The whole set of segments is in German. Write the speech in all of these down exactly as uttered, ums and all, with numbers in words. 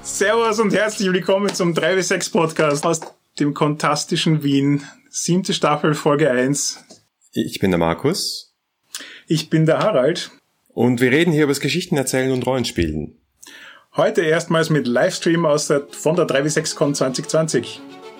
Servus und herzlich willkommen zum drei W sechs Podcast aus dem kontastischen Wien. Siebte Staffel, Folge eins. Ich bin der Markus. Ich bin der Harald. Und wir reden hier über das Geschichtenerzählen und Rollenspielen. Heute erstmals mit Livestream aus der, von der drei W sechs Con zwanzig zwanzig.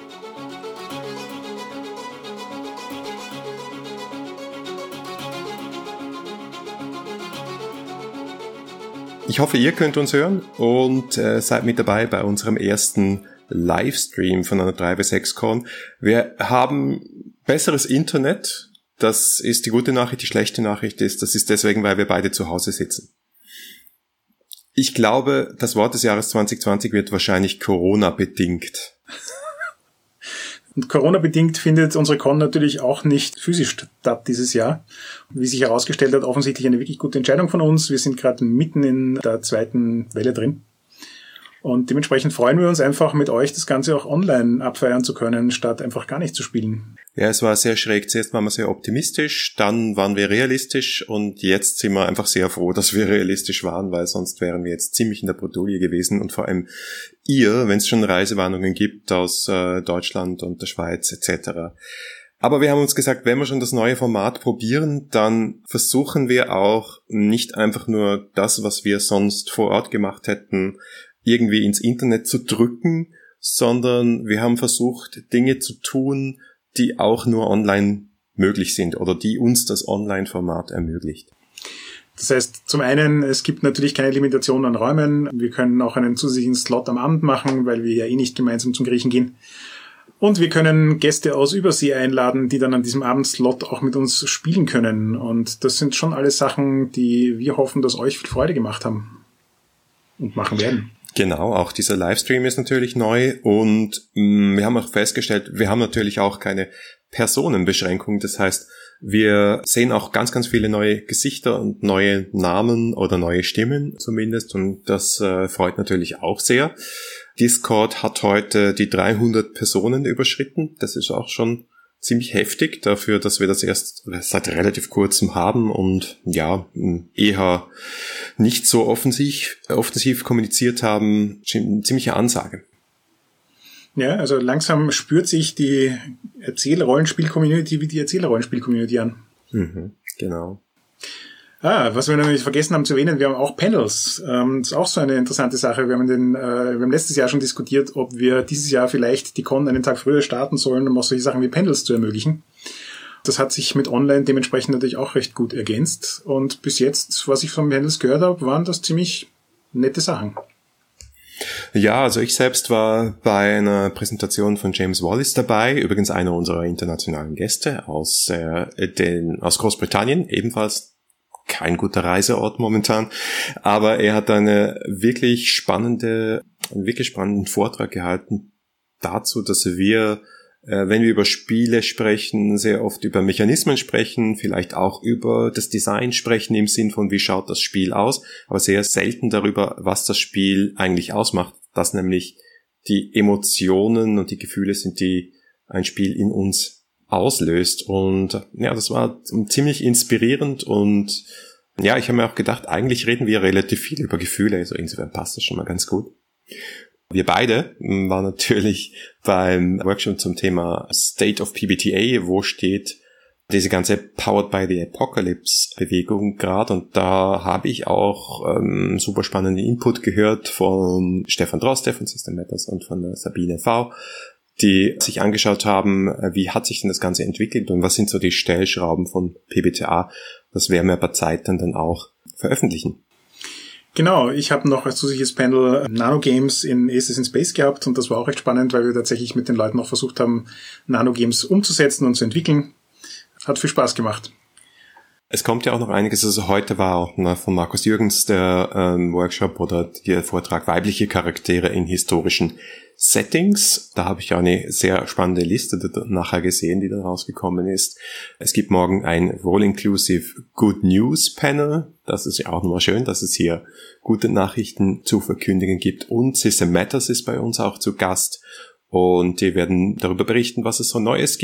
Ich hoffe, ihr könnt uns hören und äh, seid mit dabei bei unserem ersten Livestream von einer drei W sechs Con. Wir haben besseres Internet. Das ist die gute Nachricht. Die schlechte Nachricht ist, das ist deswegen, weil wir beide zu Hause sitzen. Ich glaube, das Wort des Jahres zwanzig zwanzig wird wahrscheinlich Corona-bedingt. Und Corona-bedingt findet unsere Con natürlich auch nicht physisch statt dieses Jahr. Wie sich herausgestellt hat, offensichtlich eine wirklich gute Entscheidung von uns. Wir sind gerade mitten in der zweiten Welle drin. Und dementsprechend freuen wir uns einfach, mit euch das Ganze auch online abfeiern zu können, statt einfach gar nicht zu spielen. Ja, es war sehr schräg. Zuerst waren wir sehr optimistisch, dann waren wir realistisch und jetzt sind wir einfach sehr froh, dass wir realistisch waren, weil sonst wären wir jetzt ziemlich in der Bredouille gewesen und vor allem ihr, wenn es schon Reisewarnungen gibt aus äh, Deutschland und der Schweiz et cetera. Aber wir haben uns gesagt, wenn wir schon das neue Format probieren, dann versuchen wir auch nicht einfach nur das, was wir sonst vor Ort gemacht hätten, irgendwie ins Internet zu drücken, sondern wir haben versucht, Dinge zu tun, die auch nur online möglich sind oder die uns das Online-Format ermöglicht. Das heißt, zum einen, es gibt natürlich keine Limitation an Räumen. Wir können auch einen zusätzlichen Slot am Abend machen, weil wir ja eh nicht gemeinsam zum Griechen gehen. Und wir können Gäste aus Übersee einladen, die dann an diesem Abendslot auch mit uns spielen können. Und das sind schon alles Sachen, die wir hoffen, dass euch viel Freude gemacht haben und machen werden. Genau, auch dieser Livestream ist natürlich neu und mh, wir haben auch festgestellt, wir haben natürlich auch keine Personenbeschränkung. Das heißt, wir sehen auch ganz, ganz viele neue Gesichter und neue Namen oder neue Stimmen zumindest und das äh, freut natürlich auch sehr. Discord hat heute die dreihundert Personen überschritten. Das ist auch schon ziemlich heftig dafür, dass wir das erst seit relativ kurzem haben und ja, eher nicht so offensiv, offensiv kommuniziert haben. Ziemliche Ansage. Ja, also langsam spürt sich die Erzähl-Rollenspiel-Community wie die Erzähler-Rollenspiel-Community an. Mhm, genau. Ah, was wir nämlich vergessen haben zu erwähnen, wir haben auch Panels. Ähm, das ist auch so eine interessante Sache. Wir haben, den, äh, wir haben letztes Jahr schon diskutiert, ob wir dieses Jahr vielleicht die Con einen Tag früher starten sollen, um auch solche Sachen wie Panels zu ermöglichen. Das hat sich mit Online dementsprechend natürlich auch recht gut ergänzt. Und bis jetzt, was ich von Panels gehört habe, waren das ziemlich nette Sachen. Ja, also ich selbst war bei einer Präsentation von James Wallace dabei, übrigens einer unserer internationalen Gäste aus, äh, den, aus Großbritannien, ebenfalls kein guter Reiseort momentan, aber er hat eine wirklich spannende, einen wirklich spannenden Vortrag gehalten dazu, dass wir, äh, wenn wir über Spiele sprechen, sehr oft über Mechanismen sprechen, vielleicht auch über das Design sprechen im Sinn von, wie schaut das Spiel aus, aber sehr selten darüber, was das Spiel eigentlich ausmacht, dass nämlich die Emotionen und die Gefühle sind, die ein Spiel in uns auslöst und ja, das war ziemlich inspirierend und ja, ich habe mir auch gedacht, eigentlich reden wir relativ viel über Gefühle, also insofern passt das schon mal ganz gut. Wir beide waren natürlich beim Workshop zum Thema State of P B T A, wo steht diese ganze Powered by the Apocalypse Bewegung gerade und da habe ich auch ähm, super spannenden Input gehört von Stefan Droste von System Matters und von der Sabine V., die sich angeschaut haben, wie hat sich denn das Ganze entwickelt und was sind so die Stellschrauben von P B T A. Das werden wir bei Zeit dann, dann auch veröffentlichen. Genau, ich habe noch als zusätzliches Panel Nanogames in Aces in Space gehabt und das war auch recht spannend, weil wir tatsächlich mit den Leuten auch versucht haben, Nanogames umzusetzen und zu entwickeln. Hat viel Spaß gemacht. Es kommt ja auch noch einiges, also heute war auch ne, von Markus Jürgens der ähm, Workshop oder der Vortrag weibliche Charaktere in historischen Settings. Da habe ich auch eine sehr spannende Liste nachher gesehen, die da rausgekommen ist. Es gibt morgen ein All-Inclusive Good News Panel. Das ist ja auch nochmal schön, dass es hier gute Nachrichten zu verkündigen gibt. Und System Matters ist bei uns auch zu Gast. Und die werden darüber berichten, was es so Neues gibt.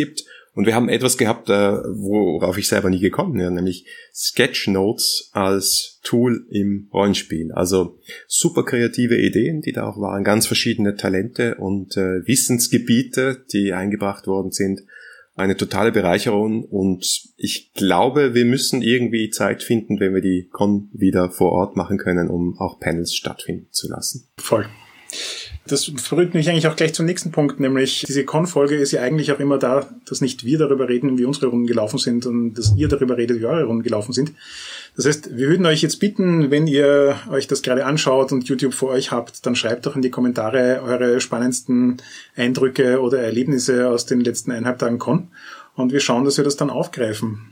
Und wir haben etwas gehabt, worauf ich selber nie gekommen wäre, nämlich Sketchnotes als Tool im Rollenspiel. Also super kreative Ideen, die da auch waren, ganz verschiedene Talente und äh, Wissensgebiete, die eingebracht worden sind. Eine totale Bereicherung und ich glaube, wir müssen irgendwie Zeit finden, wenn wir die Con wieder vor Ort machen können, um auch Panels stattfinden zu lassen. Voll. Das führt mich eigentlich auch gleich zum nächsten Punkt, nämlich diese Con-Folge ist ja eigentlich auch immer da, dass nicht wir darüber reden, wie unsere Runden gelaufen sind und dass ihr darüber redet, wie eure Runden gelaufen sind. Das heißt, wir würden euch jetzt bitten, wenn ihr euch das gerade anschaut und YouTube vor euch habt, dann schreibt doch in die Kommentare eure spannendsten Eindrücke oder Erlebnisse aus den letzten eineinhalb Tagen Con und wir schauen, dass wir das dann aufgreifen.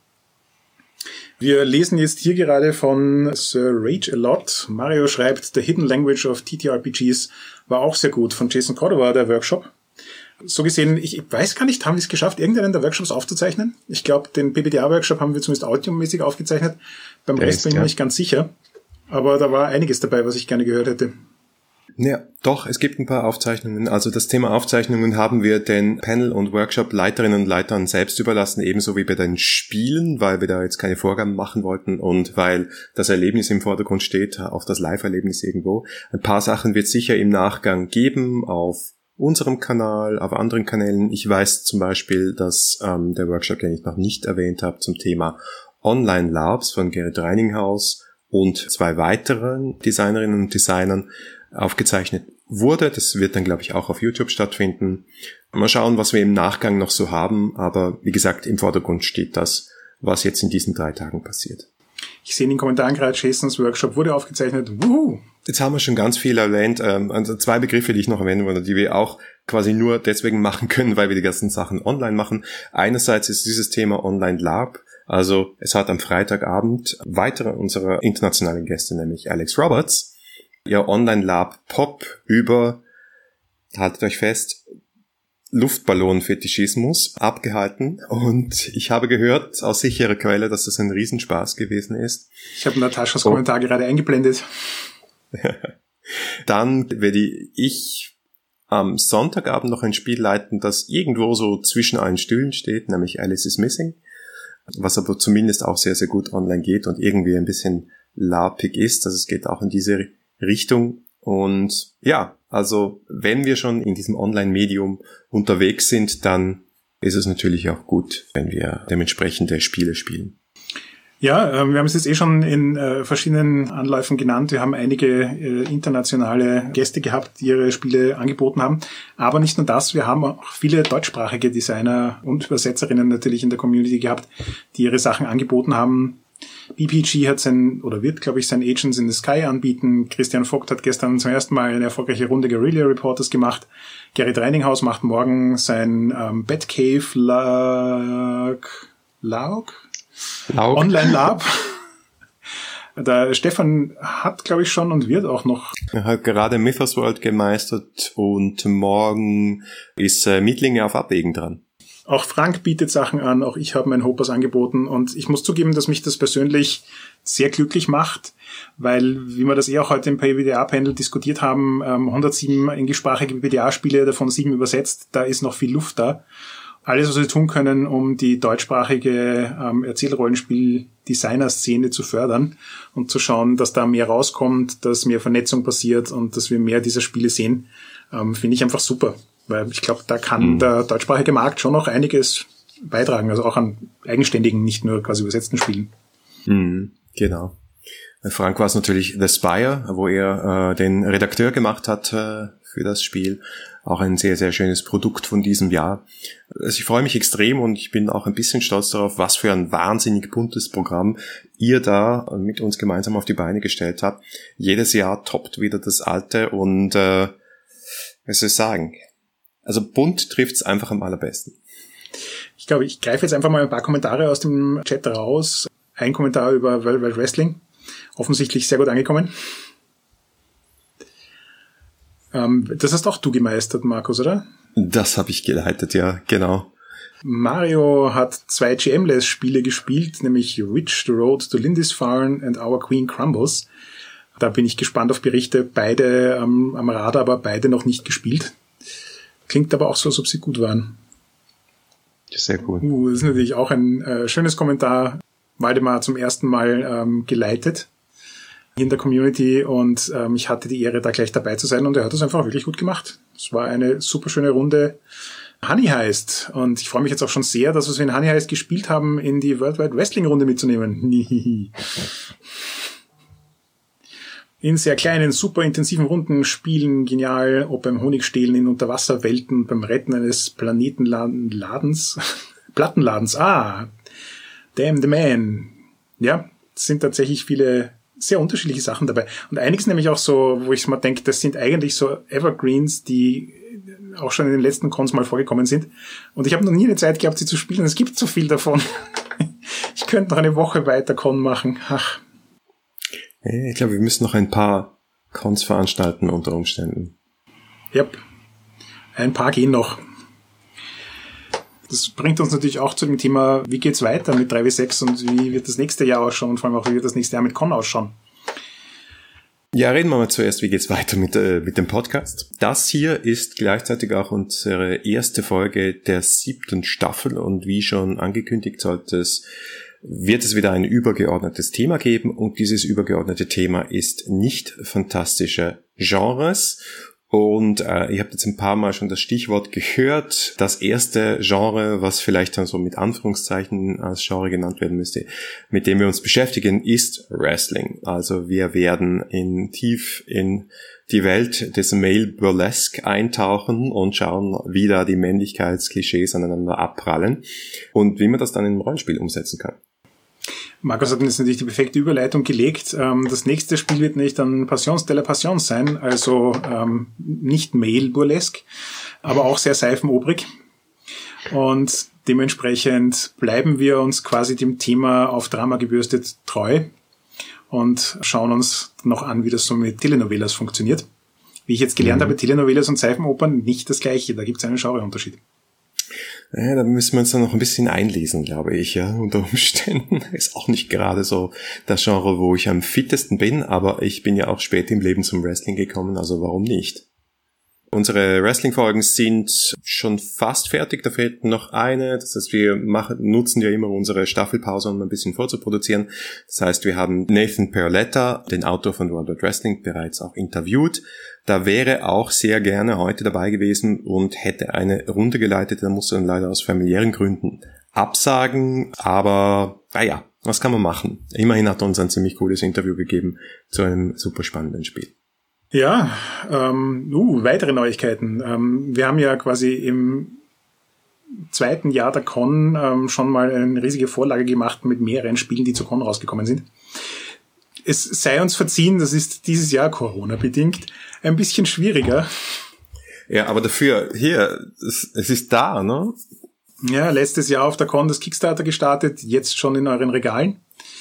Wir lesen jetzt hier gerade von Sir Rage a Lot. Mario schreibt, The Hidden Language of T T R P Gs war auch sehr gut. Von Jason Cordova, der Workshop. So gesehen, ich weiß gar nicht, haben wir es geschafft, irgendeinen der Workshops aufzuzeichnen? Ich glaube, den P B D A-Workshop haben wir zumindest audiomäßig aufgezeichnet. Beim der Rest ist, bin ich mir nicht ganz sicher. Aber da war einiges dabei, was ich gerne gehört hätte. Ja, doch, es gibt ein paar Aufzeichnungen. Also das Thema Aufzeichnungen haben wir den Panel- und Workshop-Leiterinnen und Leitern selbst überlassen, ebenso wie bei den Spielen, weil wir da jetzt keine Vorgaben machen wollten und weil das Erlebnis im Vordergrund steht, auch das Live-Erlebnis irgendwo. Ein paar Sachen wird es sicher im Nachgang geben auf unserem Kanal, auf anderen Kanälen. Ich weiß zum Beispiel, dass ähm, der Workshop, den ich noch nicht erwähnt habe, zum Thema Online-Labs von Gerrit Reininghaus und zwei weiteren Designerinnen und Designern aufgezeichnet wurde. Das wird dann, glaube ich, auch auf YouTube stattfinden. Mal schauen, was wir im Nachgang noch so haben. Aber wie gesagt, im Vordergrund steht das, was jetzt in diesen drei Tagen passiert. Ich sehe in den Kommentaren gerade, Jasons Workshop wurde aufgezeichnet. Wuhu! Jetzt haben wir schon ganz viel erwähnt. Also zwei Begriffe, die ich noch erwähnen wollte, die wir auch quasi nur deswegen machen können, weil wir die ganzen Sachen online machen. Einerseits ist dieses Thema Online Lab. Also es hat am Freitagabend weitere unserer internationalen Gäste, nämlich Alex Roberts, ihr Online-Lab Pop über, haltet euch fest, Luftballon-Fetischismus abgehalten und ich habe gehört aus sicherer Quelle, dass das ein Riesenspaß gewesen ist. Ich habe Nataschas oh. Kommentar gerade eingeblendet. Dann werde ich am Sonntagabend noch ein Spiel leiten, das irgendwo so zwischen allen Stühlen steht, nämlich Alice is Missing, was aber zumindest auch sehr, sehr gut online geht und irgendwie ein bisschen lapig ist, also es geht auch in diese Richtung. Und ja, also wenn wir schon in diesem Online-Medium unterwegs sind, dann ist es natürlich auch gut, wenn wir dementsprechende Spiele spielen. Ja, äh, wir haben es jetzt eh schon in äh, verschiedenen Anläufen genannt. Wir haben einige äh, internationale Gäste gehabt, die ihre Spiele angeboten haben. Aber nicht nur das, wir haben auch viele deutschsprachige Designer und Übersetzerinnen natürlich in der Community gehabt, die ihre Sachen angeboten haben. B P G hat sein, oder wird, glaube ich, sein Agents in the Sky anbieten. Christian Vogt hat gestern zum ersten Mal eine erfolgreiche Runde Guerrilla Reporters gemacht. Gerrit Reininghaus macht morgen sein ähm, Batcave Laug, Laug? Laug. Online Lab. Der Stefan hat, glaube ich, schon und wird auch noch. Er hat gerade Mythos World gemeistert und morgen ist äh, Mietlinge auf Abwägen dran. Auch Frank bietet Sachen an, auch ich habe mein Hoppers angeboten und ich muss zugeben, dass mich das persönlich sehr glücklich macht, weil, wie wir das eh auch heute im P B D A-Panel diskutiert haben, hundertsieben englischsprachige P B D A-Spiele, davon sieben übersetzt, da ist noch viel Luft da. Alles, was wir tun können, um die deutschsprachige ähm, Erzählrollenspiel-Designer-Szene zu fördern und zu schauen, dass da mehr rauskommt, dass mehr Vernetzung passiert und dass wir mehr dieser Spiele sehen, ähm, finde ich einfach super. Weil ich glaube, da kann mhm. der deutschsprachige Markt schon noch einiges beitragen, also auch an eigenständigen, nicht nur quasi übersetzten Spielen. Mhm, genau. Frank war es natürlich The Spire, wo er äh, den Redakteur gemacht hat äh, für das Spiel. Auch ein sehr, sehr schönes Produkt von diesem Jahr. Also ich freue mich extrem und ich bin auch ein bisschen stolz darauf, was für ein wahnsinnig buntes Programm ihr da mit uns gemeinsam auf die Beine gestellt habt. Jedes Jahr toppt wieder das alte und äh, was soll ich sagen? Also bunt trifft's einfach am allerbesten. Ich glaube, ich greife jetzt einfach mal ein paar Kommentare aus dem Chat raus. Ein Kommentar über World Wide Wrestling. Offensichtlich sehr gut angekommen. Ähm, das hast auch du gemeistert, Markus, oder? Das habe ich geleitet, ja, genau. Mario hat zwei G M-Less-Spiele gespielt, nämlich Witch, The Road to Lindisfarne and Our Queen Crumbles. Da bin ich gespannt auf Berichte. Beide ähm, am Radar, aber beide noch nicht gespielt. Klingt aber auch so, als ob sie gut waren. Sehr cool. Uh, das ist natürlich auch ein äh, schönes Kommentar. Waldemar zum ersten Mal ähm, geleitet in der Community und ähm, ich hatte die Ehre, da gleich dabei zu sein und er hat das einfach wirklich gut gemacht. Es war eine super schöne Runde. Honey Heist und ich freue mich jetzt auch schon sehr, dass wir in Honey Heist gespielt haben, in die World Wide Wrestling Runde mitzunehmen. In sehr kleinen, super intensiven Runden spielen, genial, ob beim Honigstehlen in Unterwasserwelten, beim Retten eines Planetenladens, Plattenladens, ah, damn the man. Ja, es sind tatsächlich viele sehr unterschiedliche Sachen dabei. Und einiges nämlich auch so, wo ich mal denke, das sind eigentlich so Evergreens, die auch schon in den letzten Cons mal vorgekommen sind. Und ich habe noch nie eine Zeit gehabt, sie zu spielen. Es gibt so viel davon. Ich könnte noch eine Woche weiter Con machen. Ach. Ich glaube, wir müssen noch ein paar Cons veranstalten unter Umständen. Yep. Ein paar gehen noch. Das bringt uns natürlich auch zu dem Thema, wie geht's weiter mit drei W sechs und wie wird das nächste Jahr ausschauen und vor allem auch, wie wird das nächste Jahr mit Con ausschauen. Ja, reden wir mal zuerst, wie geht's weiter mit, äh, mit dem Podcast. Das hier ist gleichzeitig auch unsere erste Folge der siebten Staffel und wie schon angekündigt sollte es, wird es wieder ein übergeordnetes Thema geben und dieses übergeordnete Thema ist nicht fantastische Genres. Und äh, ihr habt jetzt ein paar Mal schon das Stichwort gehört. Das erste Genre, was vielleicht dann so mit Anführungszeichen als Genre genannt werden müsste, mit dem wir uns beschäftigen, ist Wrestling. Also wir werden in tief in die Welt des Male Burlesque eintauchen und schauen, wie da die Männlichkeitsklischees aneinander abprallen und wie man das dann im Rollenspiel umsetzen kann. Markus hat jetzt natürlich die perfekte Überleitung gelegt. Das nächste Spiel wird nicht dann Passions de la Passions sein, also ähm, nicht Male Burlesque, aber auch sehr seifenobrig. Und dementsprechend bleiben wir uns quasi dem Thema auf Drama gebürstet treu und schauen uns noch an, wie das so mit Telenovelas funktioniert. Wie ich jetzt gelernt mhm. habe, Telenovelas und Seifenopern nicht das Gleiche, da gibt es einen Genreunterschied. Ja, da müssen wir uns dann noch ein bisschen einlesen, glaube ich, ja, unter Umständen. Ist auch nicht gerade so das Genre, wo ich am fittesten bin, aber ich bin ja auch spät im Leben zum Wrestling gekommen, also warum nicht? Unsere Wrestling-Folgen sind schon fast fertig, da fehlt noch eine, das heißt, wir machen, nutzen ja immer unsere Staffelpause, um ein bisschen vorzuproduzieren. Das heißt, wir haben Nathan Perletta, den Autor von World of Wrestling, bereits auch interviewt. Da wäre auch sehr gerne heute dabei gewesen und hätte eine Runde geleitet, da musste dann leider aus familiären Gründen absagen, aber naja, was kann man machen? Immerhin hat er uns ein ziemlich cooles Interview gegeben zu einem super spannenden Spiel. Ja, ähm, uh, weitere Neuigkeiten. Ähm, wir haben ja quasi im zweiten Jahr der Con ähm, schon mal eine riesige Vorlage gemacht mit mehreren Spielen, die zur Con rausgekommen sind. Es sei uns verziehen, das ist dieses Jahr Corona-bedingt ein bisschen schwieriger. Ja, aber dafür, hier, es, es ist da, ne? Ja, letztes Jahr auf der Con das Kickstarter gestartet, jetzt schon in euren Regalen.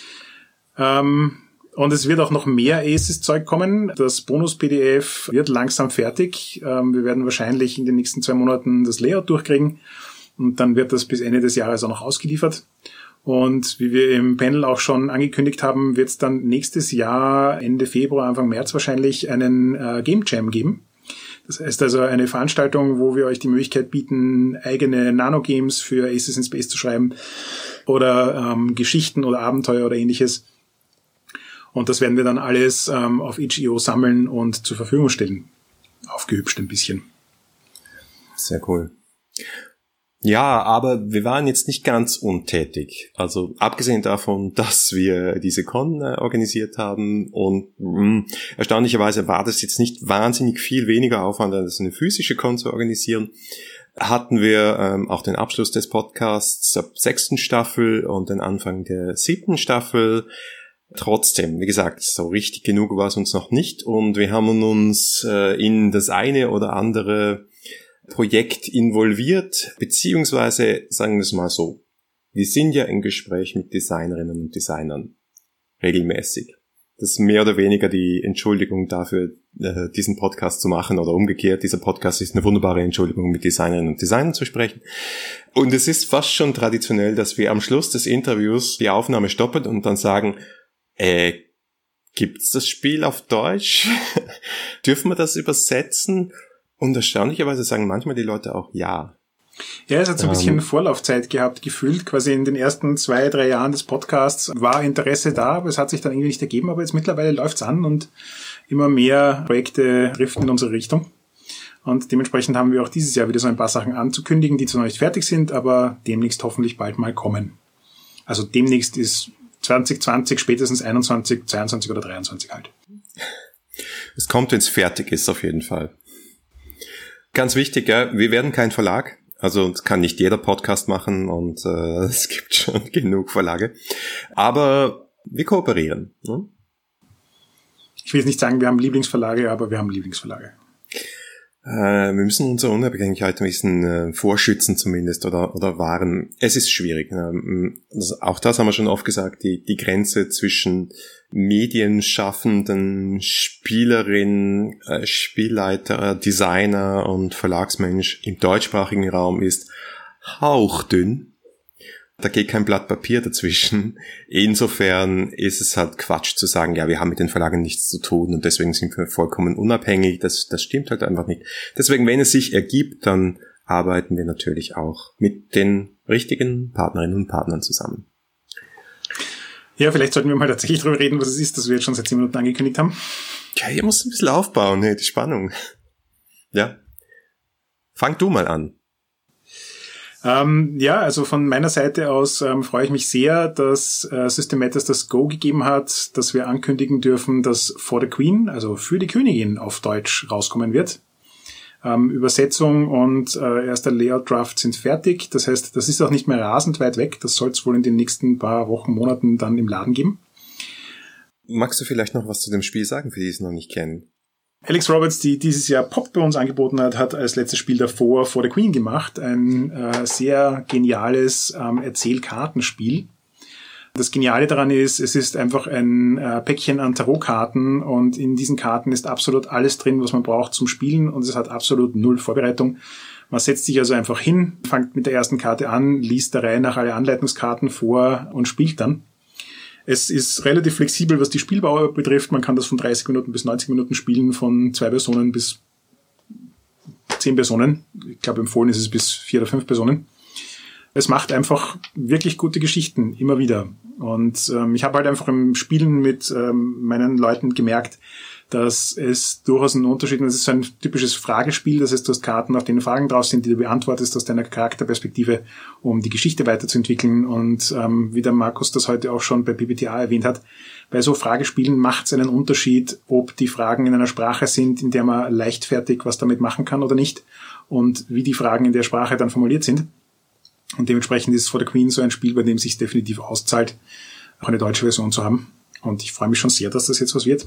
Ähm, und es wird auch noch mehr Aces-Zeug kommen. Das Bonus-P D F wird langsam fertig. Ähm, wir werden wahrscheinlich in den nächsten zwei Monaten das Layout durchkriegen. Und dann wird das bis Ende des Jahres auch noch ausgeliefert. Und wie wir im Panel auch schon angekündigt haben, wird es dann nächstes Jahr, Ende Februar, Anfang März wahrscheinlich, einen äh, Game Jam geben. Das heißt also eine Veranstaltung, wo wir euch die Möglichkeit bieten, eigene Nano-Games für Aces in Space zu schreiben oder ähm, Geschichten oder Abenteuer oder ähnliches. Und das werden wir dann alles ähm, auf itch punkt io sammeln und zur Verfügung stellen. Aufgehübscht ein bisschen. Sehr cool. Ja, aber wir waren jetzt nicht ganz untätig. Also abgesehen davon, dass wir diese Con äh, organisiert haben und mh, erstaunlicherweise war das jetzt nicht wahnsinnig viel weniger Aufwand, als eine physische Con zu organisieren, hatten wir ähm, auch den Abschluss des Podcasts zur sechsten Staffel und den Anfang der siebten Staffel. Trotzdem, wie gesagt, so richtig genug war es uns noch nicht und wir haben uns äh, in das eine oder andere Projekt involviert, beziehungsweise, sagen wir es mal so, wir sind ja im Gespräch mit Designerinnen und Designern regelmäßig. Das ist mehr oder weniger die Entschuldigung dafür, äh, diesen Podcast zu machen oder umgekehrt. Dieser Podcast ist eine wunderbare Entschuldigung, mit Designerinnen und Designern zu sprechen. Und es ist fast schon traditionell, dass wir am Schluss des Interviews die Aufnahme stoppen und dann sagen, äh, gibt's das Spiel auf Deutsch? Dürfen wir das übersetzen? Und erstaunlicherweise sagen manchmal die Leute auch ja. Ja, es hat so ein bisschen ähm, Vorlaufzeit gehabt, gefühlt. Quasi in den ersten zwei, drei Jahren des Podcasts war Interesse da, aber es hat sich dann irgendwie nicht ergeben. Aber jetzt mittlerweile läuft's an und immer mehr Projekte driften in unsere Richtung. Und dementsprechend haben wir auch dieses Jahr wieder so ein paar Sachen anzukündigen, die zwar noch nicht fertig sind, aber demnächst hoffentlich bald mal kommen. Also demnächst ist zwanzig zwanzig, spätestens einundzwanzig, zweiundzwanzig oder dreiundzwanzig halt. Es kommt, wenn es fertig ist, auf jeden Fall. Ganz wichtig, ja, wir werden kein Verlag. Also es kann nicht jeder Podcast machen und äh, es gibt schon genug Verlage. Aber wir kooperieren. Ne? Ich will jetzt nicht sagen, wir haben Lieblingsverlage, aber wir haben Lieblingsverlage. Äh, wir müssen unsere Unabhängigkeit ein bisschen äh, vorschützen zumindest oder oder wahren. Es ist schwierig. Ähm, das, auch das haben wir schon oft gesagt, die die Grenze zwischen Medienschaffenden, Spielerin, äh, Spielleiter, Designer und Verlagsmensch im deutschsprachigen Raum ist hauchdünn. Da geht kein Blatt Papier dazwischen. Insofern ist es halt Quatsch zu sagen, ja, wir haben mit den Verlagen nichts zu tun und deswegen sind wir vollkommen unabhängig. Das, das stimmt halt einfach nicht. Deswegen, wenn es sich ergibt, dann arbeiten wir natürlich auch mit den richtigen Partnerinnen und Partnern zusammen. Ja, vielleicht sollten wir mal tatsächlich darüber reden, was es ist, das wir jetzt schon seit zehn Minuten angekündigt haben. Ja, ihr müsst ein bisschen aufbauen, hey, die Spannung. Ja. Fang du mal an. Ähm, ja, also von meiner Seite aus ähm, freue ich mich sehr, dass äh, System Matters das Go gegeben hat, dass wir ankündigen dürfen, dass For the Queen, also für die Königin auf Deutsch rauskommen wird. Ähm, Übersetzung und äh, erster Layout-Draft sind fertig. Das heißt, das ist auch nicht mehr rasend weit weg. Das soll es wohl in den nächsten paar Wochen, Monaten dann im Laden geben. Magst du vielleicht noch was zu dem Spiel sagen, für die es noch nicht kennen? Alex Roberts, die dieses Jahr Pop bei uns angeboten hat, hat als letztes Spiel davor For the Queen gemacht. Ein äh, sehr geniales ähm, Erzählkartenspiel. Das Geniale daran ist, es ist einfach ein äh, Päckchen an Tarotkarten und in diesen Karten ist absolut alles drin, was man braucht zum Spielen und es hat absolut null Vorbereitung. Man setzt sich also einfach hin, fängt mit der ersten Karte an, liest der Reihe nach alle Anleitungskarten vor und spielt dann. Es ist relativ flexibel, was die Spielbauer betrifft. Man kann das von dreißig Minuten bis neunzig Minuten spielen, von zwei Personen bis zehn Personen. Ich glaube, empfohlen ist es bis vier oder fünf Personen. Es macht einfach wirklich gute Geschichten, immer wieder. Und ähm, ich habe halt einfach im Spielen mit ähm, meinen Leuten gemerkt, dass es durchaus einen Unterschied ist. Es ist so ein typisches Fragespiel, das heißt, du hast Karten, auf denen Fragen drauf sind, die du beantwortest aus deiner Charakterperspektive, um die Geschichte weiterzuentwickeln. Und ähm, wie der Markus das heute auch schon bei P B T A erwähnt hat, bei so Fragespielen macht es einen Unterschied, ob die Fragen in einer Sprache sind, in der man leichtfertig was damit machen kann oder nicht, und wie die Fragen in der Sprache dann formuliert sind. Und dementsprechend ist For the Queen so ein Spiel, bei dem es sich definitiv auszahlt, auch eine deutsche Version zu haben. Und ich freue mich schon sehr, dass das jetzt was wird.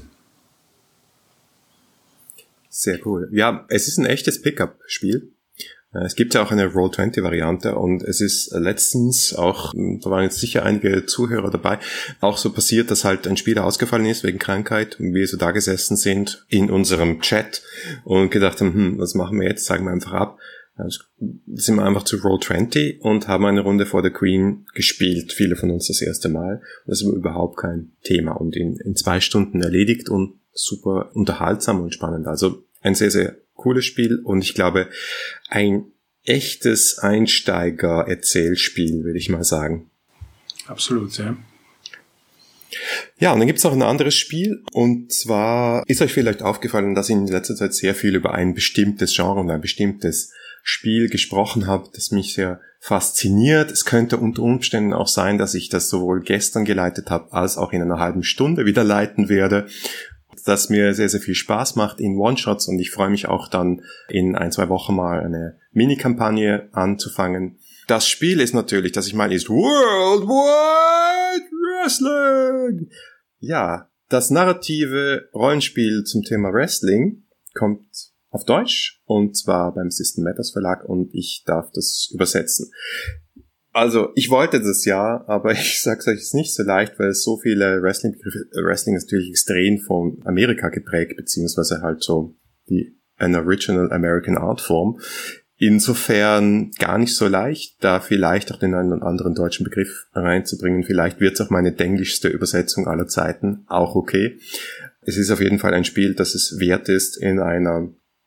Sehr cool. Ja, es ist ein echtes Pickup-Spiel. Es gibt ja auch eine Roll zwanzig Variante und es ist letztens auch, da waren jetzt sicher einige Zuhörer dabei, auch so passiert, dass halt ein Spieler ausgefallen ist wegen Krankheit und wir so da gesessen sind in unserem Chat und gedacht haben, hm, was machen wir jetzt? Sagen wir einfach ab. Also sind wir einfach zu Roll zwanzig und haben eine Runde For the Queen gespielt, viele von uns das erste Mal. Das war überhaupt kein Thema und in, in zwei Stunden erledigt und super unterhaltsam und spannend. Also ein sehr, sehr cooles Spiel und ich glaube, ein echtes Einsteiger-Erzählspiel, würde ich mal sagen. Absolut, ja. Ja, und dann gibt's noch ein anderes Spiel und zwar ist euch vielleicht aufgefallen, dass ich in letzter Zeit sehr viel über ein bestimmtes Genre und ein bestimmtes Spiel gesprochen habe, das mich sehr fasziniert. Es könnte unter Umständen auch sein, dass ich das sowohl gestern geleitet habe, als auch in einer halben Stunde wieder leiten werde. Das mir sehr, sehr viel Spaß macht in One-Shots und ich freue mich auch dann in ein, zwei Wochen mal eine Mini-Kampagne anzufangen. Das Spiel ist natürlich, das ich meine, ist World Wide Wrestling. Ja, das narrative Rollenspiel zum Thema Wrestling kommt auf Deutsch und zwar beim System Matters Verlag und ich darf das übersetzen. Also, ich wollte das ja, aber ich sag's euch, es ist nicht so leicht, weil es so viele Wrestling-Begriffe, Wrestling ist natürlich extrem von Amerika geprägt, beziehungsweise halt so die an Original American Art Form. Insofern gar nicht so leicht, da vielleicht auch den einen oder anderen deutschen Begriff reinzubringen. Vielleicht wird's auch meine denglischste Übersetzung aller Zeiten, auch okay. Es ist auf jeden Fall ein Spiel, das es wert ist, in einer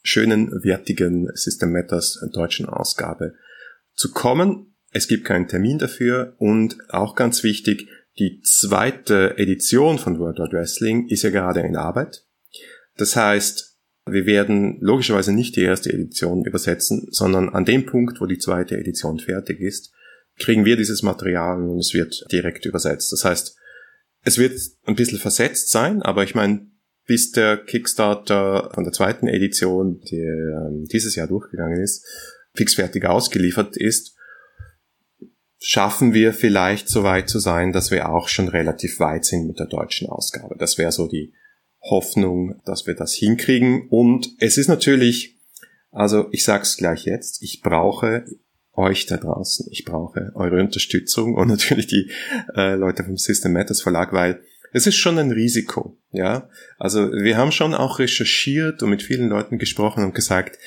schönen, wertigen System Matters deutschen Ausgabe zu kommen. Es gibt keinen Termin dafür und auch ganz wichtig, die zweite Edition von World Wide Wrestling ist ja gerade in Arbeit. Das heißt, wir werden logischerweise nicht die erste Edition übersetzen, sondern an dem Punkt, wo die zweite Edition fertig ist, kriegen wir dieses Material und es wird direkt übersetzt. Das heißt, es wird ein bisschen versetzt sein, aber ich meine, bis der Kickstarter von der zweiten Edition, die äh, dieses Jahr durchgegangen ist, fixfertig ausgeliefert ist, schaffen wir vielleicht so weit zu sein, dass wir auch schon relativ weit sind mit der deutschen Ausgabe. Das wäre so die Hoffnung, dass wir das hinkriegen. Und es ist natürlich, also ich sag's gleich jetzt, ich brauche euch da draußen, ich brauche eure Unterstützung und natürlich die äh, Leute vom System Matters Verlag, weil es ist schon ein Risiko, ja. Also wir haben schon auch recherchiert und mit vielen Leuten gesprochen und gesagt,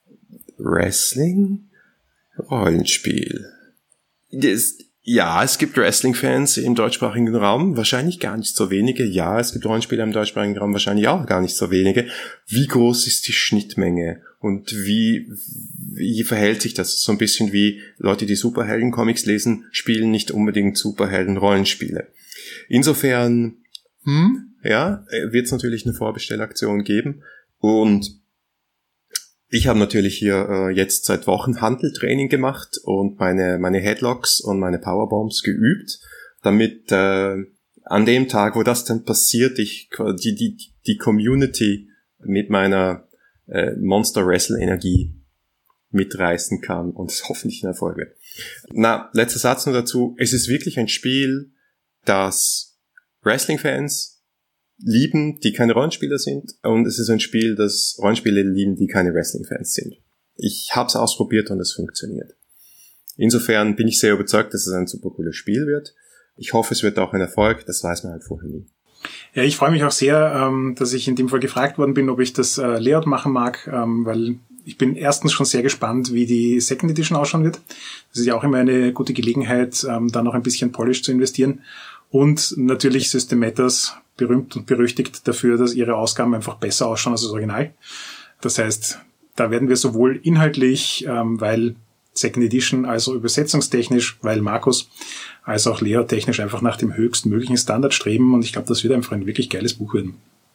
Wrestling, Rollenspiel. Das, ja, es gibt Wrestling-Fans im deutschsprachigen Raum, wahrscheinlich gar nicht so wenige. Ja, es gibt Rollenspieler im deutschsprachigen Raum, wahrscheinlich auch gar nicht so wenige. Wie groß ist die Schnittmenge und wie wie verhält sich das? So ein bisschen wie Leute, die Superhelden-Comics lesen, spielen nicht unbedingt Superhelden-Rollenspiele. Insofern, hm, ja, wird es natürlich eine Vorbestellaktion geben und ich habe natürlich hier äh, jetzt seit Wochen Hanteltraining gemacht und meine meine Headlocks und meine Powerbombs geübt, damit äh, an dem Tag, wo das dann passiert, ich die die die Community mit meiner äh, Monster Wrestle Energie mitreißen kann und es hoffentlich ein Erfolg wird. Na, letzter Satz nur dazu. Es ist wirklich ein Spiel, das Wrestling-Fans lieben, die keine Rollenspieler sind, und es ist ein Spiel, das Rollenspiele lieben, die keine Wrestling-Fans sind. Ich habe es ausprobiert und es funktioniert. Insofern bin ich sehr überzeugt, dass es ein super cooles Spiel wird. Ich hoffe, es wird auch ein Erfolg, das weiß man halt vorher nie. Ja, ich freue mich auch sehr, dass ich in dem Fall gefragt worden bin, ob ich das Layout machen mag, weil ich bin erstens schon sehr gespannt, wie die Second Edition ausschauen wird. Das ist ja auch immer eine gute Gelegenheit, da noch ein bisschen Polish zu investieren. Und natürlich System Matters, berühmt und berüchtigt dafür, dass ihre Ausgaben einfach besser ausschauen als das Original. Das heißt, da werden wir sowohl inhaltlich, ähm, weil Second Edition, also übersetzungstechnisch, weil Markus, als auch layout-technisch einfach nach dem höchstmöglichen Standard streben. Und ich glaube, das wird einfach ein wirklich geiles Buch werden.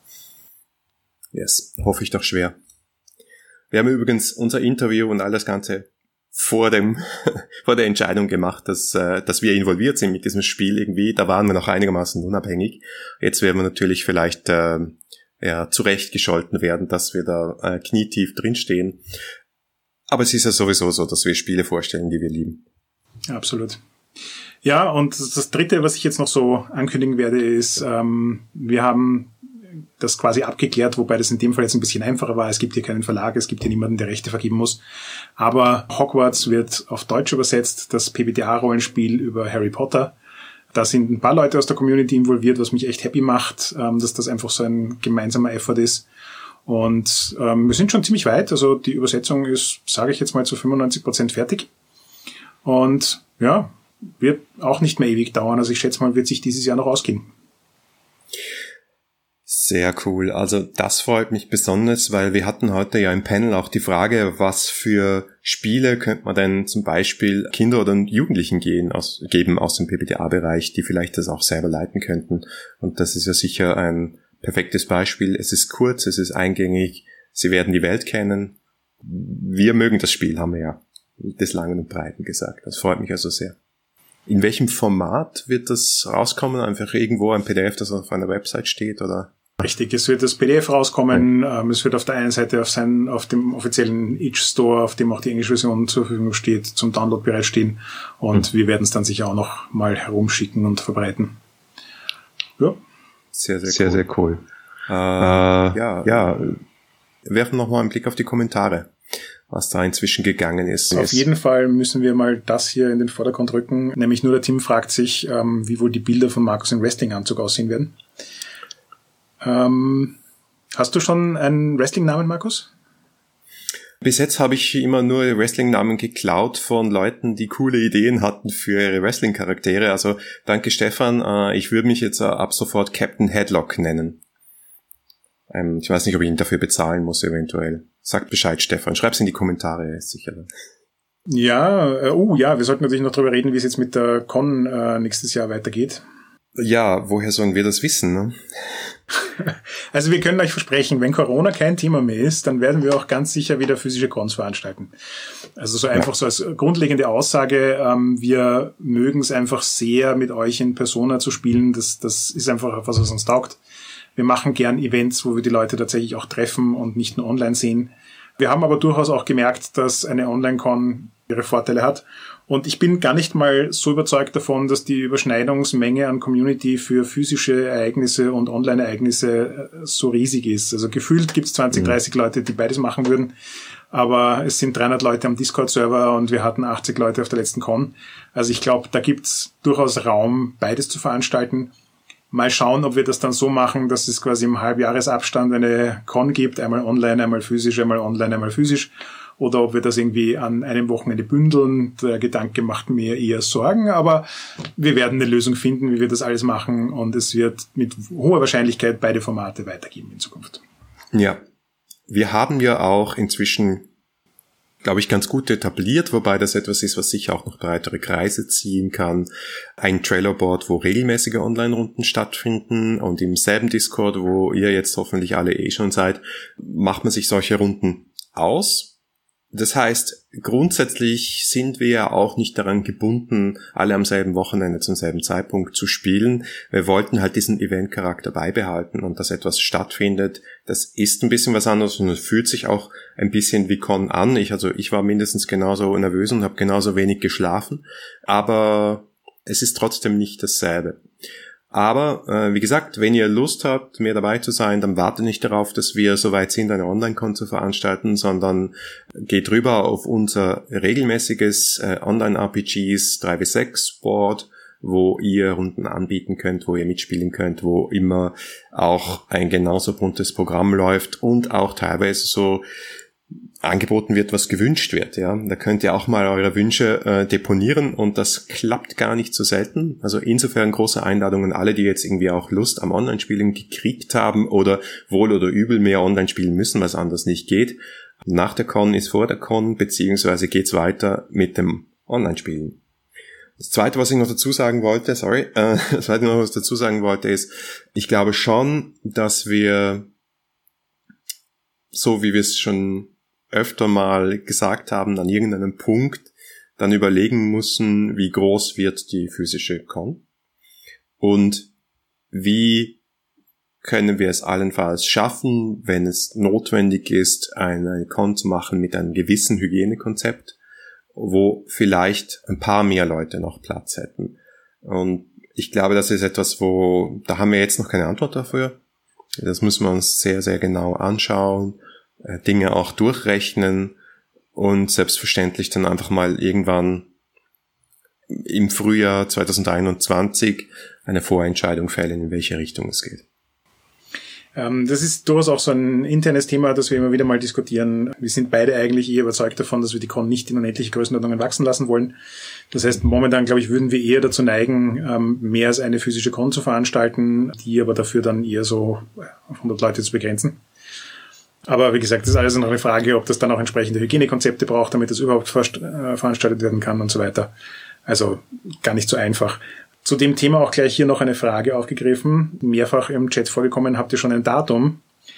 Yes, hoffe ich doch schwer. Wir haben übrigens unser Interview und all das Ganze vor dem vor der Entscheidung gemacht, dass äh, dass wir involviert sind mit diesem Spiel irgendwie. Da waren wir noch einigermaßen unabhängig. Jetzt werden wir natürlich vielleicht äh, ja zurechtgescholten werden, dass wir da äh, knietief drinstehen. Aber es ist ja sowieso so, dass wir Spiele vorstellen, die wir lieben. Absolut. Ja, und das Dritte, was ich jetzt noch so ankündigen werde, ist, ähm, wir haben das quasi abgeklärt, wobei das in dem Fall jetzt ein bisschen einfacher war. Es gibt hier keinen Verlag, es gibt hier niemanden, der Rechte vergeben muss. Aber Hogwarts wird auf Deutsch übersetzt, das P B T A-Rollenspiel über Harry Potter. Da sind ein paar Leute aus der Community involviert, was mich echt happy macht, dass das einfach so ein gemeinsamer Effort ist. Und ähm, wir sind schon ziemlich weit. Also die Übersetzung ist, sage ich jetzt mal, zu fünfundneunzig Prozent fertig. Und ja, wird auch nicht mehr ewig dauern. Also ich schätze mal, wird sich dieses Jahr noch ausgehen. Sehr cool. Also das freut mich besonders, weil wir hatten heute ja im Panel auch die Frage, was für Spiele könnte man denn zum Beispiel Kinder oder Jugendlichen gehen, aus, geben aus dem P B T A-Bereich, die vielleicht das auch selber leiten könnten. Und das ist ja sicher ein perfektes Beispiel. Es ist kurz, es ist eingängig, sie werden die Welt kennen. Wir mögen das Spiel, haben wir ja des Langen und Breiten gesagt. Das freut mich also sehr. In welchem Format wird das rauskommen? Einfach irgendwo ein P D F, das auf einer Website steht, oder? Richtig, es wird das P D F rauskommen. Ähm, es wird auf der einen Seite auf, sein, auf dem offiziellen Itch Store, auf dem auch die englische Version zur Verfügung steht, zum Download bereitstehen. Und mhm. wir werden es dann sicher auch noch mal herumschicken und verbreiten. Ja. Sehr, sehr, sehr, cool. sehr cool. Äh, äh, ja, ja. Werfen noch mal einen Blick auf die Kommentare, was da inzwischen gegangen ist. Auf jeden Fall müssen wir mal das hier in den Vordergrund rücken. Nämlich nur der Tim fragt sich, ähm, wie wohl die Bilder von Markus im Wrestling-Anzug aussehen werden. Ähm, hast du schon einen Wrestling-Namen, Markus? Bis jetzt habe ich immer nur Wrestling-Namen geklaut von Leuten, die coole Ideen hatten für ihre Wrestling-Charaktere. Also danke Stefan, äh, ich würde mich jetzt äh, ab sofort Captain Headlock nennen. Ähm, ich weiß nicht, ob ich ihn dafür bezahlen muss eventuell. Sagt Bescheid, Stefan. Schreib's in die Kommentare, er ist sicher. Ja, äh, oh ja, wir sollten natürlich noch darüber reden, wie es jetzt mit der Con äh, nächstes Jahr weitergeht. Ja, woher sollen wir das wissen, ne? Also wir können euch versprechen, wenn Corona kein Thema mehr ist, dann werden wir auch ganz sicher wieder physische Cons veranstalten. Also so einfach ja. so als grundlegende Aussage, ähm, wir mögen es einfach sehr, mit euch in Persona zu spielen. Das, das ist einfach was, was uns taugt. Wir machen gern Events, wo wir die Leute tatsächlich auch treffen und nicht nur online sehen. Wir haben aber durchaus auch gemerkt, dass eine Online-Con ihre Vorteile hat. Und ich bin gar nicht mal so überzeugt davon, dass die Überschneidungsmenge an Community für physische Ereignisse und Online-Ereignisse so riesig ist. Also gefühlt gibt es zwanzig, dreißig Leute, die beides machen würden. Aber es sind dreihundert Leute am Discord-Server und wir hatten achtzig Leute auf der letzten Con. Also ich glaube, da gibt es durchaus Raum, beides zu veranstalten. Mal schauen, ob wir das dann so machen, dass es quasi im Halbjahresabstand eine Con gibt, einmal online, einmal physisch, einmal online, einmal physisch. Oder ob wir das irgendwie an einem Wochenende bündeln. Der Gedanke macht mir eher Sorgen, aber wir werden eine Lösung finden, wie wir das alles machen, und es wird mit hoher Wahrscheinlichkeit beide Formate weitergeben in Zukunft. Ja, wir haben ja auch inzwischen, glaube ich, ganz gut etabliert, wobei das etwas ist, was sicher auch noch breitere Kreise ziehen kann. Ein Trello-Board, wo regelmäßige Online-Runden stattfinden, und im selben Discord, wo ihr jetzt hoffentlich alle eh schon seid, macht man sich solche Runden aus. Das heißt, grundsätzlich sind wir ja auch nicht daran gebunden, alle am selben Wochenende zum selben Zeitpunkt zu spielen. Wir wollten halt diesen Event-Charakter beibehalten, und dass etwas stattfindet, das ist ein bisschen was anderes und es fühlt sich auch ein bisschen wie Con an. Ich, also ich war mindestens genauso nervös und habe genauso wenig geschlafen, aber es ist trotzdem nicht dasselbe. Aber, äh, wie gesagt, wenn ihr Lust habt, mehr dabei zu sein, dann wartet nicht darauf, dass wir soweit sind, eine Online-Con zu veranstalten, sondern geht rüber auf unser regelmäßiges äh, Online-R P Gs drei bis sechs Board, wo ihr Runden anbieten könnt, wo ihr mitspielen könnt, wo immer auch ein genauso buntes Programm läuft und auch teilweise so angeboten wird, was gewünscht wird, ja. Da könnt ihr auch mal eure Wünsche äh, deponieren, und das klappt gar nicht so selten. Also insofern große Einladung an alle, die jetzt irgendwie auch Lust am Online-Spielen gekriegt haben oder wohl oder übel mehr online spielen müssen, was anders nicht geht. Nach der Con ist vor der Con, beziehungsweise geht's weiter mit dem Online-Spielen. Das Zweite, was ich noch dazu sagen wollte, sorry, äh, das Zweite noch, was ich dazu sagen wollte, ist, ich glaube schon, dass wir, so wie wir es schon öfter mal gesagt haben, an irgendeinem Punkt dann überlegen müssen, wie groß wird die physische Con und wie können wir es allenfalls schaffen, wenn es notwendig ist, eine Con zu machen mit einem gewissen Hygienekonzept, wo vielleicht ein paar mehr Leute noch Platz hätten. Und ich glaube, das ist etwas, wo, da haben wir jetzt noch keine Antwort dafür. Das müssen wir uns sehr, sehr genau anschauen, Dinge auch durchrechnen und selbstverständlich dann einfach mal irgendwann im Frühjahr zwanzig einundzwanzig eine Vorentscheidung fällen, in welche Richtung es geht. Ähm, das ist durchaus auch so ein internes Thema, das wir immer wieder mal diskutieren. Wir sind beide eigentlich eher überzeugt davon, dass wir die Con nicht in unendliche Größenordnungen wachsen lassen wollen. Das heißt, momentan, glaube ich, würden wir eher dazu neigen, ähm, mehr als eine physische Con zu veranstalten, die aber dafür dann eher so auf hundert Leute zu begrenzen. Aber wie gesagt, das ist alles noch eine Frage, ob das dann auch entsprechende Hygienekonzepte braucht, damit das überhaupt veranstaltet werden kann und so weiter. Also gar nicht so einfach. Zu dem Thema auch gleich hier noch eine Frage aufgegriffen. Mehrfach im Chat vorgekommen, habt ihr schon ein Datum?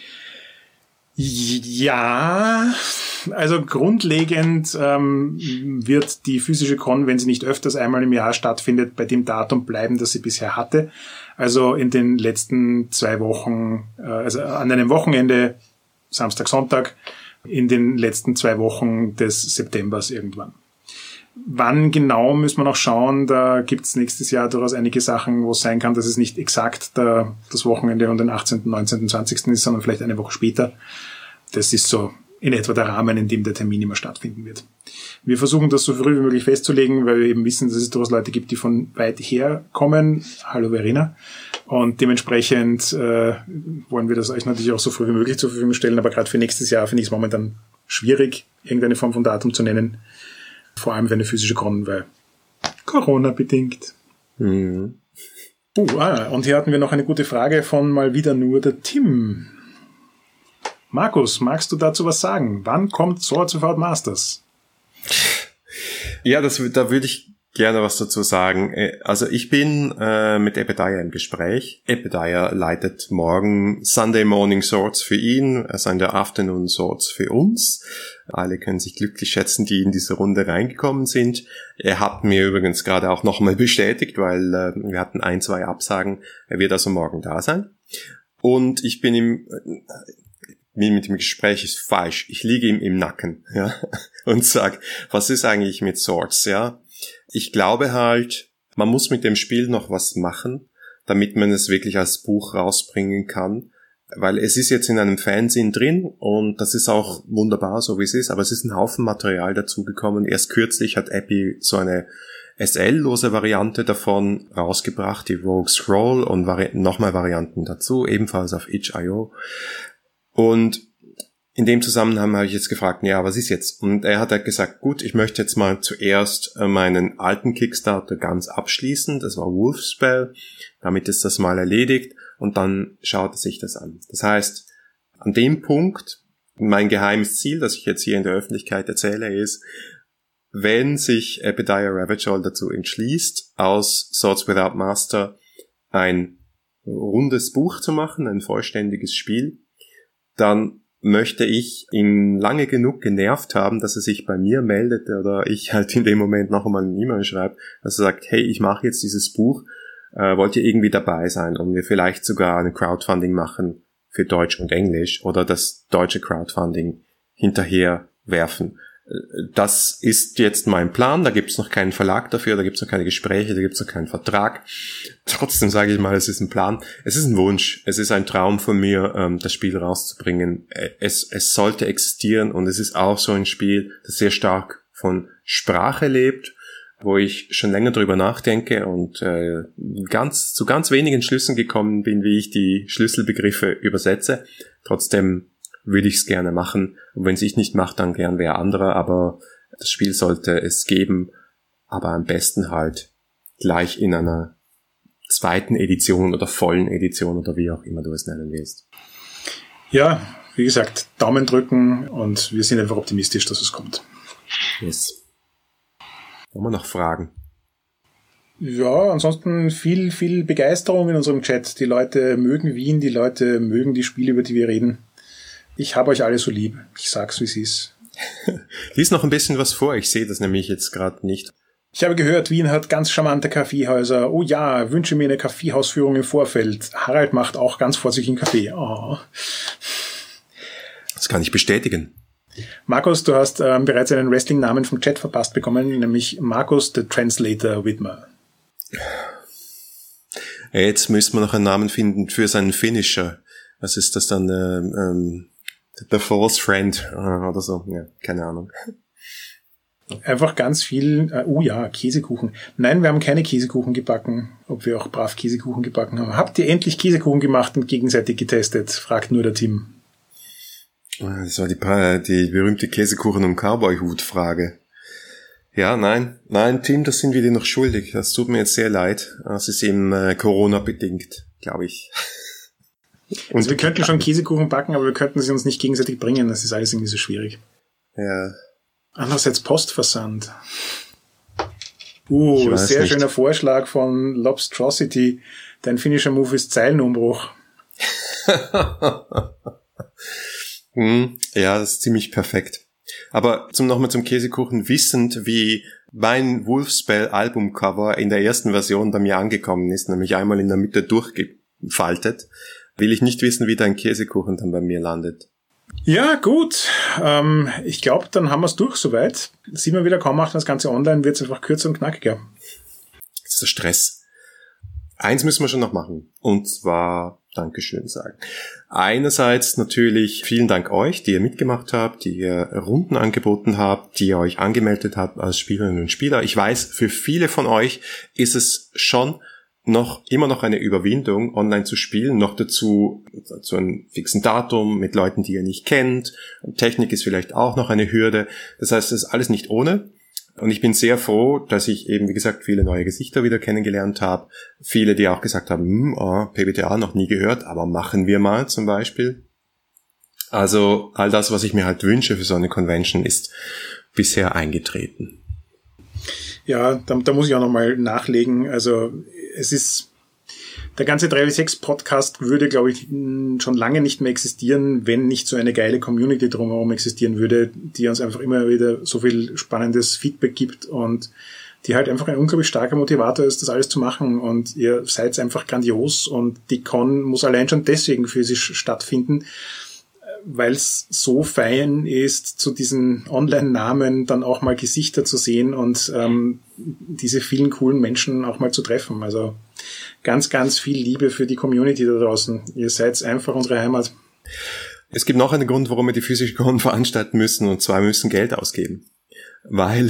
Ja, also grundlegend ähm, wird die physische Con, wenn sie nicht öfters einmal im Jahr stattfindet, bei dem Datum bleiben, das sie bisher hatte. Also in den letzten zwei Wochen, äh, also an einem Wochenende, Samstag, Sonntag, in den letzten zwei Wochen des Septembers irgendwann. Wann genau, müssen wir noch schauen. Da gibt's nächstes Jahr durchaus einige Sachen, wo es sein kann, dass es nicht exakt der, das Wochenende und den achtzehnten, neunzehnten, zwanzigsten ist, sondern vielleicht eine Woche später. Das ist so in etwa der Rahmen, in dem der Termin immer stattfinden wird. Wir versuchen das so früh wie möglich festzulegen, weil wir eben wissen, dass es durchaus Leute gibt, die von weit her kommen. Hallo Verena. Und dementsprechend äh, wollen wir das euch natürlich auch so früh wie möglich zur Verfügung stellen. Aber gerade für nächstes Jahr finde ich es momentan schwierig, irgendeine Form von Datum zu nennen. Vor allem für eine physische Con, weil Corona bedingt. Mhm. Uh, ah, und hier hatten wir noch eine gute Frage von mal wieder nur der Tim. Markus, magst du dazu was sagen? Wann kommt Swords Without Masters? Ja, das, da würde ich gerne was dazu sagen. Also ich bin äh, mit Ebediah im Gespräch. Ebediah leitet morgen Sunday Morning Swords für ihn, Sunday Afternoon Swords für uns. Alle können sich glücklich schätzen, die in diese Runde reingekommen sind. Er hat mir übrigens gerade auch nochmal bestätigt, weil äh, wir hatten ein, zwei Absagen. Er wird also morgen da sein. Und ich bin ihm... Wie mit dem Gespräch ist falsch. Ich liege ihm im Nacken, ja, und sag, was ist eigentlich mit Swords, ja? Ich glaube halt, man muss mit dem Spiel noch was machen, damit man es wirklich als Buch rausbringen kann, weil es ist jetzt in einem Fanzine drin und das ist auch wunderbar, so wie es ist, aber es ist ein Haufen Material dazugekommen. Erst kürzlich hat Epi so eine S L-lose Variante davon rausgebracht, die Rogue Scroll, und Vari- nochmal Varianten dazu, ebenfalls auf itch punkt io. Und in dem Zusammenhang habe ich jetzt gefragt, ja, was ist jetzt? Und er hat halt gesagt, gut, ich möchte jetzt mal zuerst meinen alten Kickstarter ganz abschließen. Das war Wolfspell. Damit ist das mal erledigt. Und dann schaut er sich das an. Das heißt, an dem Punkt, mein geheimes Ziel, das ich jetzt hier in der Öffentlichkeit erzähle, ist, wenn sich Ebediah Ravagol dazu entschließt, aus Swords Without Master ein rundes Buch zu machen, ein vollständiges Spiel, dann möchte ich ihn lange genug genervt haben, dass er sich bei mir meldet oder ich halt in dem Moment noch einmal eine E-Mail schreibe, dass er sagt, hey, ich mache jetzt dieses Buch, äh, wollt ihr irgendwie dabei sein und wir vielleicht sogar eine Crowdfunding machen für Deutsch und Englisch oder das deutsche Crowdfunding hinterher werfen. Das ist jetzt mein Plan, da gibt es noch keinen Verlag dafür, da gibt es noch keine Gespräche, da gibt es noch keinen Vertrag. Trotzdem sage ich mal, es ist ein Plan, es ist ein Wunsch, es ist ein Traum von mir, ähm, das Spiel rauszubringen. Es, es sollte existieren und es ist auch so ein Spiel, das sehr stark von Sprache lebt, wo ich schon länger drüber nachdenke und äh, ganz zu ganz wenigen Schlüssen gekommen bin, wie ich die Schlüsselbegriffe übersetze. Trotzdem würde ich es gerne machen. Und wenn es ich nicht mache, dann gern wer anderer. Aber das Spiel sollte es geben. Aber am besten halt gleich in einer zweiten Edition oder vollen Edition oder wie auch immer du es nennen willst. Ja, wie gesagt, Daumen drücken und wir sind einfach optimistisch, dass es kommt. Yes. Haben wir noch Fragen? Ja, ansonsten viel, viel Begeisterung in unserem Chat. Die Leute mögen Wien, die Leute mögen die Spiele, über die wir reden. Ich habe euch alle so lieb. Ich sag's, wie es ist. Lies noch ein bisschen was vor. Ich sehe das nämlich jetzt gerade nicht. Ich habe gehört, Wien hat ganz charmante Kaffeehäuser. Oh ja, wünsche mir eine Kaffeehausführung im Vorfeld. Harald macht auch ganz vor sich einen Kaffee. Oh. Das kann ich bestätigen. Markus, du hast ähm, bereits einen Wrestling-Namen vom Chat verpasst bekommen, nämlich Markus the Translator Widmer. Jetzt müssen wir noch einen Namen finden für seinen Finisher. Was ist das dann? Ähm, ähm, The False Friend oder so. Ja, keine Ahnung. Einfach ganz viel, äh, oh ja, Käsekuchen. Nein, wir haben keine Käsekuchen gebacken, ob wir auch brav Käsekuchen gebacken haben. Habt ihr endlich Käsekuchen gemacht und gegenseitig getestet? Fragt nur der Tim. Das war die, die berühmte Käsekuchen- und Cowboy-Hut-Frage. Ja, nein, nein, Tim, das sind wir dir noch schuldig. Das tut mir jetzt sehr leid. Das ist eben äh, Corona-bedingt, glaube ich. Und also wir könnten schon Käsekuchen backen, aber wir könnten sie uns nicht gegenseitig bringen. Das ist alles irgendwie so schwierig. Ja. Andererseits Postversand. Uh, sehr nicht. Schöner Vorschlag von Lobstrosity. Dein Finisher-Move ist Zeilenumbruch. hm, ja, das ist ziemlich perfekt. Aber zum nochmal zum Käsekuchen, wissend, wie mein Wolfspell-Albumcover in der ersten Version bei mir angekommen ist, nämlich einmal in der Mitte durchgefaltet, will ich nicht wissen, wie dein Käsekuchen dann bei mir landet. Ja, gut. Ähm, ich glaube, dann haben wir es durch soweit. Sieht man wieder, kaum macht das Ganze online, wird es einfach kürzer und knackiger. Das ist der Stress. Eins müssen wir schon noch machen. Und zwar Dankeschön sagen. Einerseits natürlich vielen Dank euch, die ihr mitgemacht habt, die ihr Runden angeboten habt, die ihr euch angemeldet habt als Spielerinnen und Spieler. Ich weiß, für viele von euch ist es schon noch immer noch eine Überwindung, online zu spielen, noch dazu zu einem fixen Datum mit Leuten, die ihr nicht kennt. Technik ist vielleicht auch noch eine Hürde. Das heißt, es ist alles nicht ohne. Und ich bin sehr froh, dass ich eben, wie gesagt, viele neue Gesichter wieder kennengelernt habe. Viele, die auch gesagt haben, hm, oh, P B T A noch nie gehört, aber machen wir mal zum Beispiel. Also all das, was ich mir halt wünsche für so eine Convention, ist bisher eingetreten. Ja, da, da muss ich auch nochmal nachlegen. Also es ist, der ganze drei W sechs Podcast würde, glaube ich, schon lange nicht mehr existieren, wenn nicht so eine geile Community drumherum existieren würde, die uns einfach immer wieder so viel spannendes Feedback gibt und die halt einfach ein unglaublich starker Motivator ist, das alles zu machen. Und ihr seid einfach grandios und die Con muss allein schon deswegen physisch stattfinden, weil es so fein ist, zu diesen Online-Namen dann auch mal Gesichter zu sehen und ähm, diese vielen coolen Menschen auch mal zu treffen. Also ganz, ganz viel Liebe für die Community da draußen. Ihr seid einfach unsere Heimat. Es gibt noch einen Grund, warum wir die physische Con veranstalten müssen, und zwar wir müssen Geld ausgeben. Weil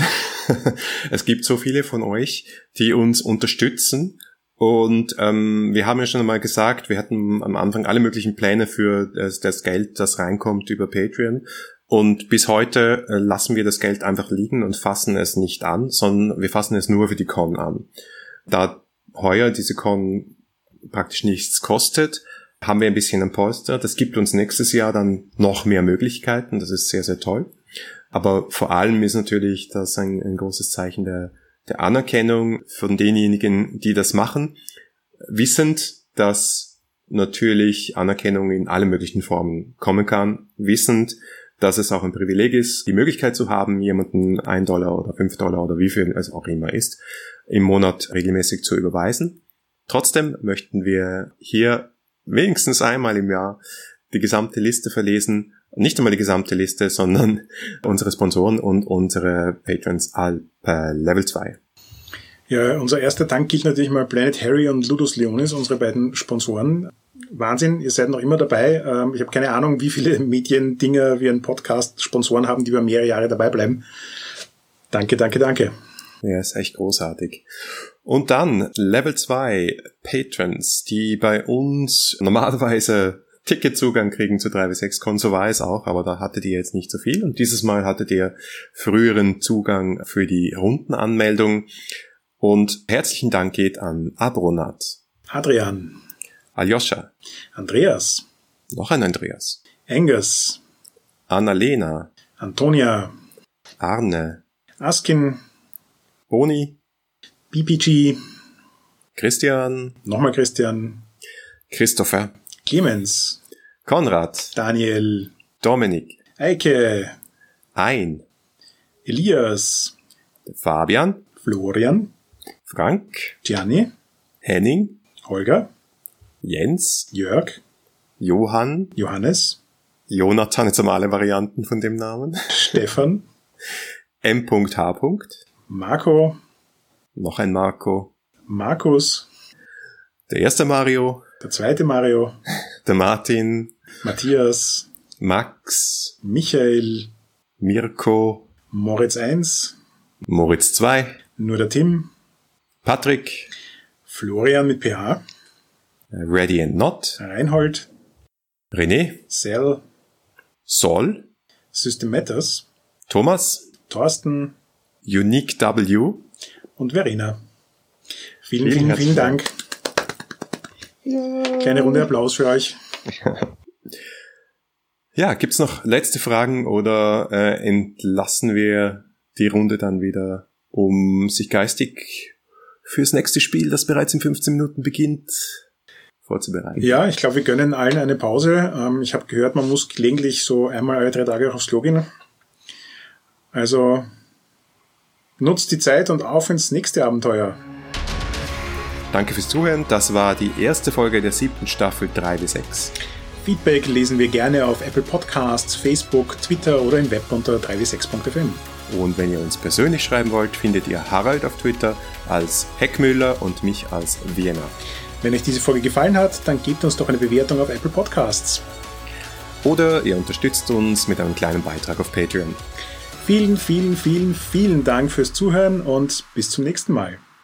es gibt so viele von euch, die uns unterstützen. Und ähm, wir haben ja schon einmal gesagt, wir hatten am Anfang alle möglichen Pläne für das, das Geld, das reinkommt über Patreon. Und bis heute äh, lassen wir das Geld einfach liegen und fassen es nicht an, sondern wir fassen es nur für die Con an. Da heuer diese Con praktisch nichts kostet, haben wir ein bisschen ein Polster. Das gibt uns nächstes Jahr dann noch mehr Möglichkeiten. Das ist sehr, sehr toll. Aber vor allem ist natürlich das ein, ein großes Zeichen der der Anerkennung von denjenigen, die das machen, wissend, dass natürlich Anerkennung in allen möglichen Formen kommen kann, wissend, dass es auch ein Privileg ist, die Möglichkeit zu haben, jemanden ein Dollar oder fünf Dollar oder wie viel es auch immer ist, im Monat regelmäßig zu überweisen. Trotzdem möchten wir hier wenigstens einmal im Jahr die gesamte Liste verlesen, nicht einmal die gesamte Liste, sondern unsere Sponsoren und unsere Patrons all per Level zwei. Ja, unser erster Dank gilt natürlich mal Planet Harry und Ludus Leonis, unsere beiden Sponsoren. Wahnsinn, ihr seid noch immer dabei. Ich habe keine Ahnung, wie viele Mediendinger wir einen Podcast Sponsoren haben, die über mehrere Jahre dabei bleiben. Danke, danke, danke. Ja, ist echt großartig. Und dann Level zwei Patrons, die bei uns normalerweise Ticketzugang kriegen zu drei W sechs Con, so war es auch, aber da hattet ihr jetzt nicht so viel. Und dieses Mal hattet ihr früheren Zugang für die Rundenanmeldung. Und herzlichen Dank geht an Abronat, Adrian, Aljoscha, Andreas, noch ein Andreas, Angus, Annalena, Antonia, Arne, Askin, Boni, B P G, Christian, nochmal Christian, Christopher, Clemens, Konrad, Daniel, Dominik, Eike, Ein, Elias, Fabian, Florian, Frank, Gianni, Henning, Holger, Jens, Jörg, Johann, Johannes, Jonathan, jetzt haben wir alle Varianten von dem Namen, Stefan, M H Marco, noch ein Marco, Markus, der erste Mario, der zweite Mario, der Martin, Matthias, Max, Michael, Mirko, Moritz eins, Moritz zwei, nur der Tim, Patrick, Florian mit P H, Ready and Not, Reinhold, René, Cell, Sol, System Matters, Thomas, Thorsten, Unique W und Verena. Vielen, Vielen vielen, vielen Dank. Dank. Kleine Runde Applaus für euch. Ja, gibt's noch letzte Fragen oder äh, entlassen wir die Runde dann wieder, um sich geistig fürs nächste Spiel, das bereits in fünfzehn Minuten beginnt, vorzubereiten? Ja, ich glaube, wir gönnen allen eine Pause. Ähm, ich habe gehört, man muss gelegentlich so einmal alle drei Tage auch aufs Klo gehen. Also nutzt die Zeit und auf ins nächste Abenteuer. Danke fürs Zuhören. Das war die erste Folge der siebten Staffel drei W sechs. Feedback lesen wir gerne auf Apple Podcasts, Facebook, Twitter oder im Web unter drei W sechs Punkt f m. Und wenn ihr uns persönlich schreiben wollt, findet ihr Harald auf Twitter als Heckmüller und mich als Vienna. Wenn euch diese Folge gefallen hat, dann gebt uns doch eine Bewertung auf Apple Podcasts. Oder ihr unterstützt uns mit einem kleinen Beitrag auf Patreon. Vielen, vielen, vielen, vielen Dank fürs Zuhören und bis zum nächsten Mal.